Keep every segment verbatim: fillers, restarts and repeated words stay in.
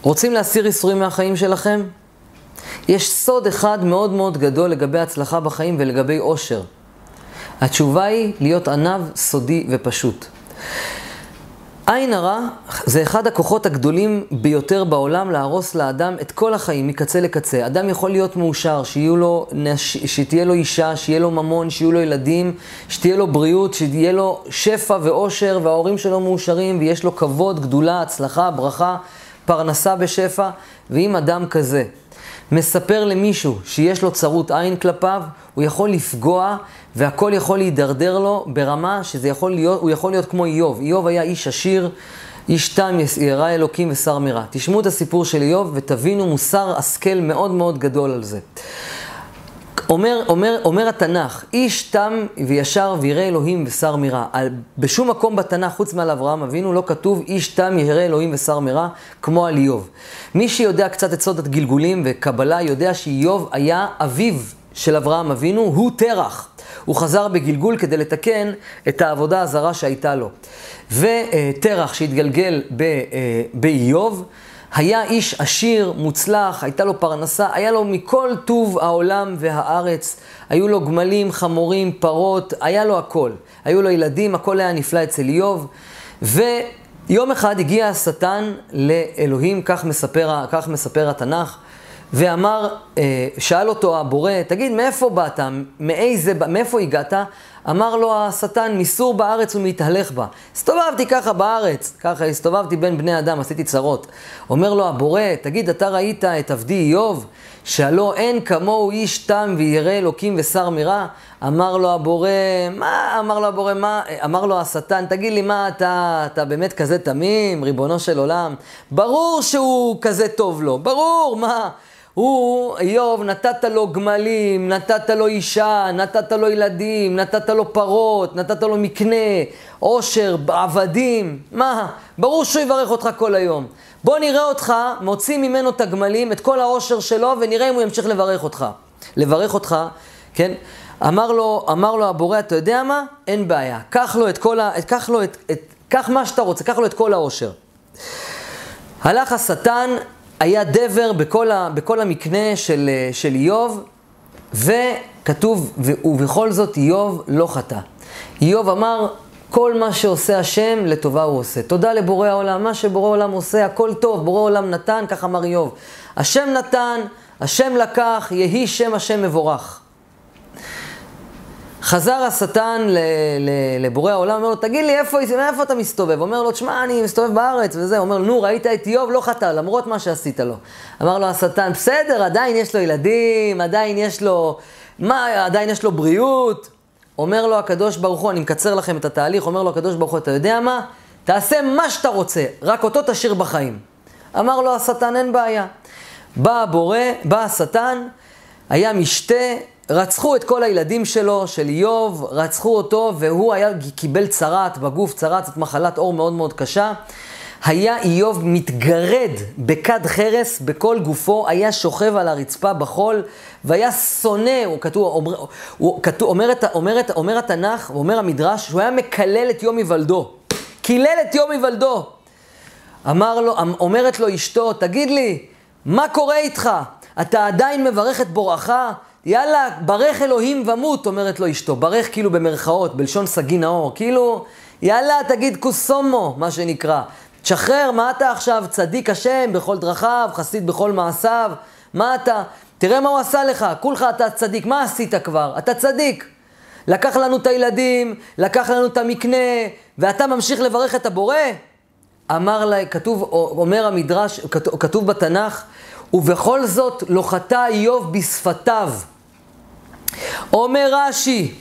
רוצים להסיר ייסורים מהחיים שלכם? יש סוד אחד מאוד מאוד גדול לגבי הצלחה בחיים ולגבי אושר. התשובה היא להיות ענב, סודי ופשוט. עין הרע זה אחד הכוחות הגדולים ביותר בעולם להרוס לאדם את כל החיים מקצה לקצה. אדם יכול להיות מאושר, שיהיו לו, שתהיה לו אישה, שיהיה לו ממון, שיהיו לו ילדים, שתהיה לו בריאות, שתהיה לו שפע ואושר, וההורים שלו מאושרים, ויש לו כבוד, גדולה, הצלחה, ברכה, פרנסה בשפע. ואם אדם כזה מספר למישהו שיש לו צרות עין כלפיו, הוא יכול לפגוע והכל יכול להידרדר לו ברמה שזה יכול להיות, הוא יכול להיות כמו איוב. איוב היה איש עשיר, איש תם, ירא אלוקים ושר מרע. תשמעו את הסיפור של איוב ותבינו מוסר השכל מאוד מאוד גדול על זה. אומר, אומר, אומר התנ"ך, איש תם וישר וירא אלוהים ושר מרע. בשום מקום בתנ"ך חוץ מעל אברהם אבינו לא כתוב איש תם ירא אלוהים ושר מרע כמו על איוב. מי שיודע קצת את סוד הגלגולים וקבלה יודע שאיוב היה אביו של אברהם אבינו, הוא תרח. הוא חזר בגלגול כדי לתקן את העבודה הזרה שהייתה לו. ותרח שהתגלגל באיוב, היה איש עשיר, מוצלח, הייתה לו פרנסה, היה לו מכל טוב העולם והארץ, היו לו גמלים, חמורים, פרות, היה לו הכל. היו לו ילדים, הכל היה נפלא אצל איוב. ויום אחד הגיע השטן לאלוהים, כך מספר, כך מספר התנ"ך, ואמר, שאל אותו הבורא, תגיד, מאיפה באת? מאיזה, מאיפה הגעת? אמר לו השטן, מסור בארץ ומתהלך בה. הסתובבתי ככה בארץ, ככה הסתובבתי בין בני אדם, עשיתי צרות. אומר לו הבורא, תגיד, אתה ראית את עבדי איוב, שהלא אין כמוהו איש תם וירא אלוקים ושר מרע? אמר לו הבורא, מה? אמר לו הבורא, מה? אמר לו השטן, תגיד לי, מה אתה, אתה באמת כזה תמים, ריבונו של עולם? ברור שהוא כזה טוב לו, ברור, מה? הוא, איוב, נתת לו גמלים, נתת לו אישה, נתת לו ילדים, נתת לו פרות, נתת לו מקנה, עושר, עבדים. מה? ברור שהוא יברך אותך כל היום. בוא נראה אותך, מוציא ממנו את הגמלים, את כל העושר שלו, ונראה אם הוא ימשיך לברך אותך. לברך אותך, כן? אמר לו, אמר לו הבורא, אתה יודע מה? אין בעיה. קח לו את כל ה... קח לו את... את קח מה שאתה רוצה, קח לו את כל העושר. הלך השטן, היה דבר בכל, ה, בכל המקנה של, של איוב, וכתוב, ובכל זאת איוב לא חטא. איוב אמר, כל מה שעושה השם לטובה הוא עושה. תודה לבורא העולם, מה שבורא העולם עושה, הכל טוב, בורא העולם נתן, כך אמר איוב. השם נתן, השם לקח, יהי שם השם מבורך. חזר השטן ל, ל, לבורא העולם, אומר לו, תגיד לי, איפה, איפה אתה מסתובב? אומר לו, תשמע, אני מסתובב בארץ וזה. אומר לו, נו, ראית את איוב? לא חטא, למרות מה שעשית לו. אמר לו השטן, בסדר, עדיין יש לו ילדים, עדיין יש לו, מה, עדיין יש לו בריאות. אומר לו הקדוש ברוך הוא, אני מקצר לכם את התהליך, אומר לו הקדוש ברוך הוא, אתה יודע מה? תעשה מה שאתה רוצה, רק אותו תשאיר בחיים. אמר לו השטן, אין בעיה. בא הבורא, בא השטן, היה משתה, רצחו את כל הילדים שלו, של איוב, רצחו אותו, והוא היה, קיבל צרת בגוף, צרת, זאת מחלת אור מאוד מאוד קשה. היה איוב מתגרד בכד חרס בכל גופו, היה שוכב על הרצפה בחול, והיה שונא, הוא כתוב, אומר, הוא כתוב, אומר, אומר, אומר התנ"ך, אומר המדרש, שהוא היה מקלל את יום היוולדו. קילל את יום היוולדו. אמר לו, אומרת לו אשתו, תגיד לי, מה קורה איתך? אתה עדיין מברך את בורך? יאללה, ברך אלוהים ומות, אומרת לו אשתו. ברך כאילו במרכאות, בלשון סגי נאור. כאילו, יאללה, תגיד קוסומו, מה שנקרא. תשחרר, מה אתה עכשיו? צדיק השם בכל דרכיו, חסיד בכל מעשיו. מה אתה? תראה מה הוא עשה לך. כולך אתה צדיק. מה עשית כבר? אתה צדיק. לקח לנו את הילדים, לקח לנו את המקנה, ואתה ממשיך לברך את הבורא? אמר לה, כתוב, אומר המדרש, כתוב, כתוב בתנ"ך, ובכל זאת לא חטא איוב בשפתיו. אומר רש"י,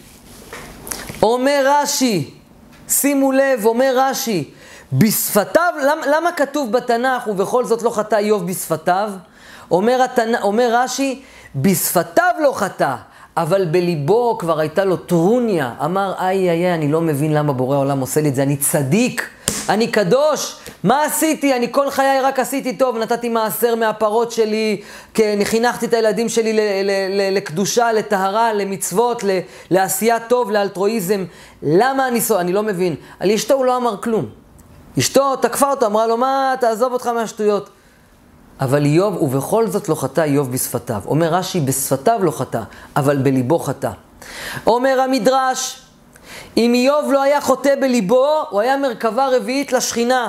אומר רש"י, שימו לב, אומר רש"י, בשפתיו, למה, למה כתוב בתנ"ך ובכל זאת לא חטא איוב בשפתיו? אומר, התנ... אומר רש"י, בשפתיו לא חטא, אבל בליבו כבר הייתה לו טרוניה. אמר, איי איי איי, אני לא מבין למה בורא העולם עושה לי את זה, אני צדיק, אני קדוש, מה עשיתי? אני כל חיי רק עשיתי טוב, נתתי מעשר מהפרות שלי, חינכתי את הילדים שלי ל- ל- ל- לקדושה, לטהרה, למצוות, ל- לעשייה טוב, לאלטרואיזם. למה אני סו? אני לא מבין. על אשתו הוא לא אמר כלום. אשתו תקפה אותו, אמרה לו, מה, תעזוב אותך מהשטויות. אבל איוב, ובכל זאת לא חטא איוב בשפתיו. אומר רש"י, בשפתיו לא חטא, אבל בליבו חטא. אומר המדרש, אם איוב לא היה חוטא בליבו, הוא היה מרכבה רביעית לשכינה.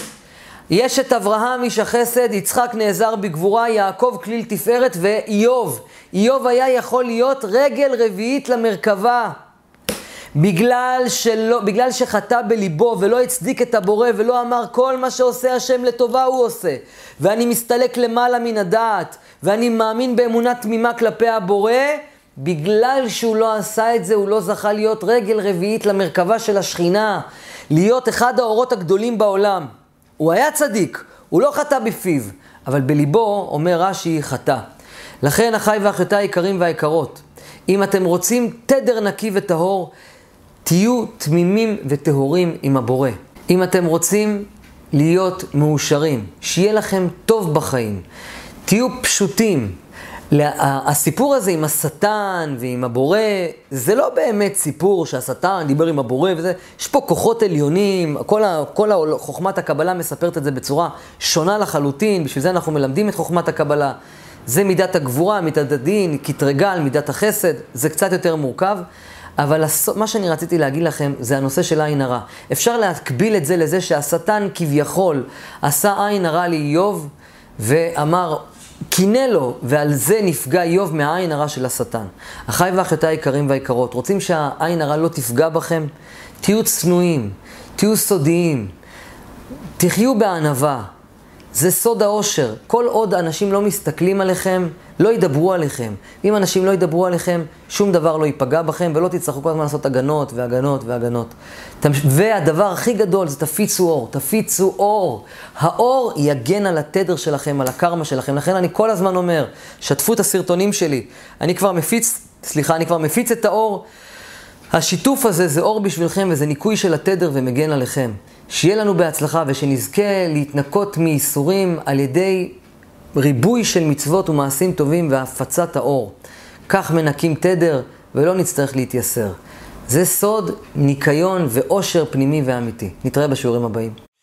יש את אברהם איש החסד, יצחק נעזר בגבורה, יעקב כליל תפארת ואיוב. איוב היה יכול להיות רגל רביעית למרכבה. בגלל, שלא, בגלל שחטא בליבו ולא הצדיק את הבורא ולא אמר כל מה שעושה השם לטובה הוא עושה. ואני מסתלק למעלה מן הדעת ואני מאמין באמונה תמימה כלפי הבורא. בגלל שהוא לא עשה את זה הוא לא זכה להיות רגל רביעית למרכבה של השכינה. להיות אחד האורות הגדולים בעולם. הוא היה צדיק, הוא לא חטא בפיו, אבל בליבו, אומר רש"י, חטא. לכן, אחי ואחיותיי היקרים והיקרות, אם אתם רוצים תדר נקי וטהור, תהיו תמימים וטהורים עם הבורא. אם אתם רוצים להיות מאושרים, שיהיה לכם טוב בחיים, תהיו פשוטים. הסיפור הזה עם השטן ועם הבורא, זה לא באמת סיפור שהשטן דיבר עם הבורא וזה, יש פה כוחות עליונים, כל, ה, כל ה, חוכמת הקבלה מספרת את זה בצורה שונה לחלוטין, בשביל זה אנחנו מלמדים את חוכמת הקבלה. זה מידת הגבורה, מידת הדין, כתרגל, מידת החסד, זה קצת יותר מורכב, אבל מה שאני רציתי להגיד לכם זה הנושא של עין הרע. אפשר להקביל את זה לזה שהשטן כביכול עשה עין הרע לאיוב ואמר, קינא לו, ועל זה נפגע איוב מהעין הרע של השטן. אחי ואחיותיי היקרים והיקרות, רוצים שהעין הרע לא תפגע בכם? תהיו צנועים, תהיו סודיים, תחיו בענווה. זה סוד האושר. כל עוד אנשים לא מסתכלים עליכם, לא ידברו עליכם. אם אנשים לא ידברו עליכם, שום דבר לא ייפגע בכם, ולא תצטרכו כל הזמן לעשות הגנות והגנות והגנות. והדבר הכי גדול זה תפיצו אור, תפיצו אור. האור יגן על התדר שלכם, על הקרמה שלכם. לכן אני כל הזמן אומר, שתפו את הסרטונים שלי. אני כבר מפיץ, סליחה, אני כבר מפיץ את האור. השיתוף הזה זה אור בשבילכם, וזה ניקוי של התדר ומגן עליכם. שיהיה לנו בהצלחה ושנזכה להתנקות מייסורים על ידי ריבוי של מצוות ומעשים טובים והפצת האור. כך מנקים תדר ולא נצטרך להתייסר. זה סוד ניקיון ואושר פנימי ואמיתי. נתראה בשיעורים הבאים.